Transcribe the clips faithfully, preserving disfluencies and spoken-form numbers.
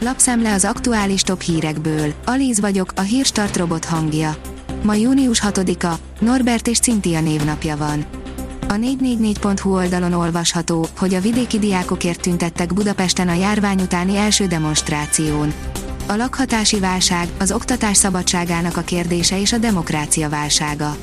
Lapszemle az aktuális top hírekből. Alíz vagyok, a Hírstart robot hangja. Ma június hatodika, Norbert és Cintia névnapja van. A négy négy négy pont hu oldalon olvasható, hogy a vidéki diákokért tüntettek Budapesten a járvány utáni első demonstráción. A lakhatási válság, az oktatás szabadságának a kérdése és a demokrácia válsága.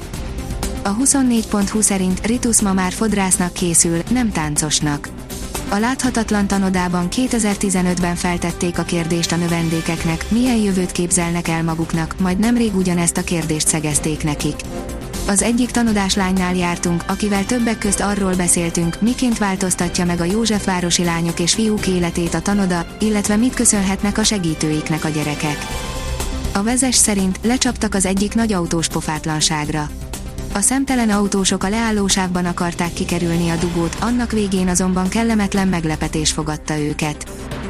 A huszonnégy pont hu szerint Ritus ma már fodrásznak készül, nem táncosnak. A láthatatlan tanodában kétezer-tizenötben feltették a kérdést a növendékeknek, milyen jövőt képzelnek el maguknak, majd nemrég ugyanezt a kérdést szegezték nekik. Az egyik tanodás lánynál jártunk, akivel többek közt arról beszéltünk, miként változtatja meg a józsefvárosi lányok és fiúk életét a tanoda, illetve mit köszönhetnek a segítőiknek a gyerekek. A Vezes szerint lecsaptak az egyik nagy autós pofátlanságra. A szemtelen autósok a leállósávban akarták kikerülni a dugót, annak végén azonban kellemetlen meglepetés fogadta őket.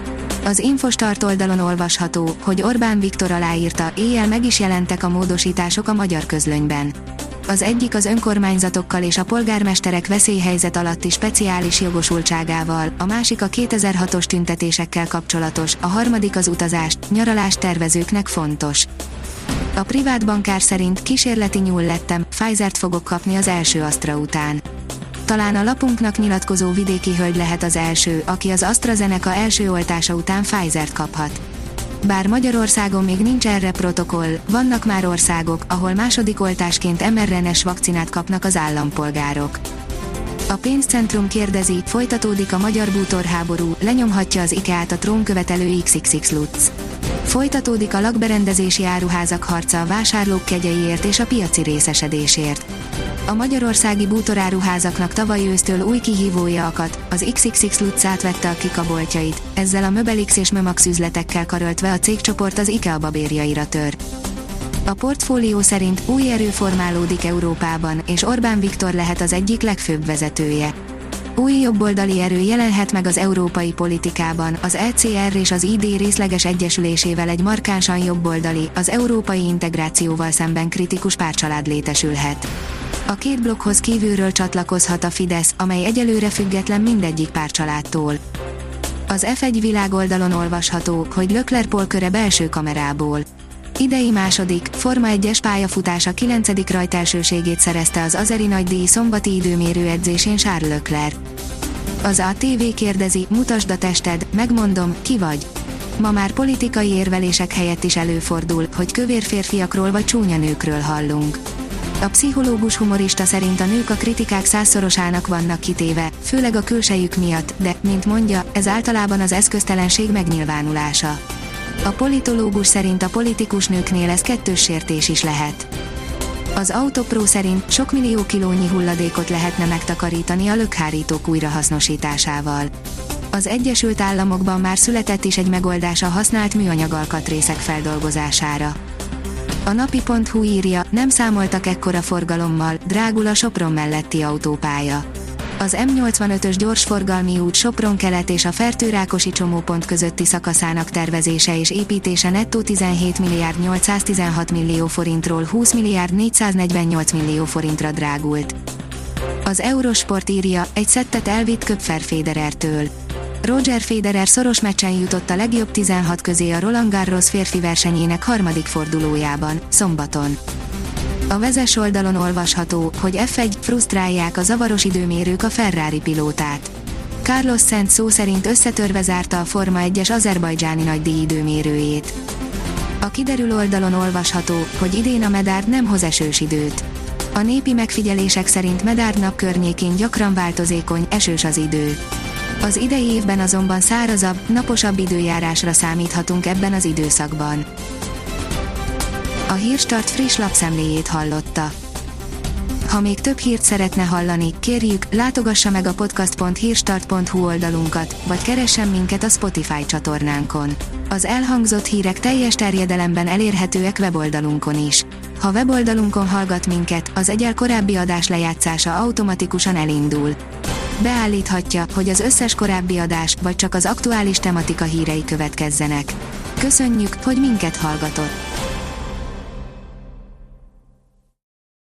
Az Infostart oldalon olvasható, hogy Orbán Viktor aláírta, éjjel meg is jelentek a módosítások a magyar közlönyben. Az egyik az önkormányzatokkal és a polgármesterek veszélyhelyzet alatti speciális jogosultságával, a másik a kétezer-hatos tüntetésekkel kapcsolatos, a harmadik az utazást, nyaralást tervezőknek fontos. A privát bankár szerint kísérleti nyúl lettem, Pfizert fogok kapni az első Astra után. Talán a lapunknak nyilatkozó vidéki hölgy lehet az első, aki az AstraZeneca első oltása után Pfizert kaphat. Bár Magyarországon még nincs erre protokoll, vannak már országok, ahol második oltásként em er en es vakcinát kapnak az állampolgárok. A pénzcentrum kérdezi, folytatódik a magyar bútorháború, lenyomhatja az IKEA-t a trónkövetelő iksz iksz iksz Lutz. Folytatódik a lakberendezési áruházak harca a vásárlók kegyeiért és a piaci részesedésért. A magyarországi bútoráruházaknak tavaly ősztől új kihívója akadt, az iksz iksz iksz Lutz átvette a kikaboltjait, ezzel a Möbelix és Mömax üzletekkel karöltve a cégcsoport az IKEA babérjaira tör. A portfólió szerint új erő formálódik Európában, és Orbán Viktor lehet az egyik legfőbb vezetője. Új jobboldali erő jelenhet meg az európai politikában, az é cé er és az i dé részleges egyesülésével egy markánsan jobboldali, az európai integrációval szemben kritikus pártcsalád létesülhet. A két blokkhoz kívülről csatlakozhat a Fidesz, amely egyelőre független mindegyik pártcsaládtól. Az ef egy világoldalon olvasható, hogy Leclerc pólköre belső kamerából. Idei második, Forma egyes pályafutása kilencedik rajtelsőségét szerezte az azeri nagydíj szombati időmérő edzésén Charles Leclerc. Az á té vé kérdezi, mutasd a tested, megmondom, ki vagy. Ma már politikai érvelések helyett is előfordul, hogy kövér férfiakról vagy csúnya nőkről hallunk. A pszichológus humorista szerint a nők a kritikák százszorosának vannak kitéve, főleg a külsejük miatt, de, mint mondja, ez általában az eszköztelenség megnyilvánulása. A politológus szerint a politikus nőknél ez kettős sértés is lehet. Az Autopro szerint sok millió kilónyi hulladékot lehetne megtakarítani a lökhárítók újrahasznosításával. Az Egyesült Államokban már született is egy megoldás a használt műanyag alkatrészek feldolgozására. A napi pont hu írja, nem számoltak ekkora forgalommal, drágul a Sopron melletti autópálya. Az em nyolcvanötös gyorsforgalmi út Sopron-kelet és a Fertő-Rákosi csomópont közötti szakaszának tervezése és építése nettó tizenhét milliárd nyolcszáztizenhat millió forintról húsz milliárd négyszáznegyvennyolc millió forintra drágult. Az Eurosport írja, egy szettet elvitt Köpfer Federertől. Roger Federer szoros meccsen jutott a legjobb tizenhat közé a Roland Garros férfi versenyének harmadik fordulójában, szombaton. A Vezes oldalon olvasható, hogy ef egy, frusztrálják a zavaros időmérők a Ferrari pilótát. Carlos Sainz szó szerint összetörve zárta a Forma egyes azerbajdzsáni nagydíj időmérőjét. A Kiderül oldalon olvasható, hogy idén a Medárd nem hoz esős időt. A népi megfigyelések szerint Medárd nap környékén gyakran változékony, esős az idő. Az idei évben azonban szárazabb, naposabb időjárásra számíthatunk ebben az időszakban. A Hírstart friss lapszemléjét hallotta. Ha még több hírt szeretne hallani, kérjük, látogassa meg a podcast pont hírstart pont hu oldalunkat, vagy keressen minket a Spotify csatornánkon. Az elhangzott hírek teljes terjedelemben elérhetőek weboldalunkon is. Ha weboldalunkon hallgat minket, az egyel korábbi adás lejátszása automatikusan elindul. Beállíthatja, hogy az összes korábbi adás, vagy csak az aktuális tematika hírei következzenek. Köszönjük, hogy minket hallgatott!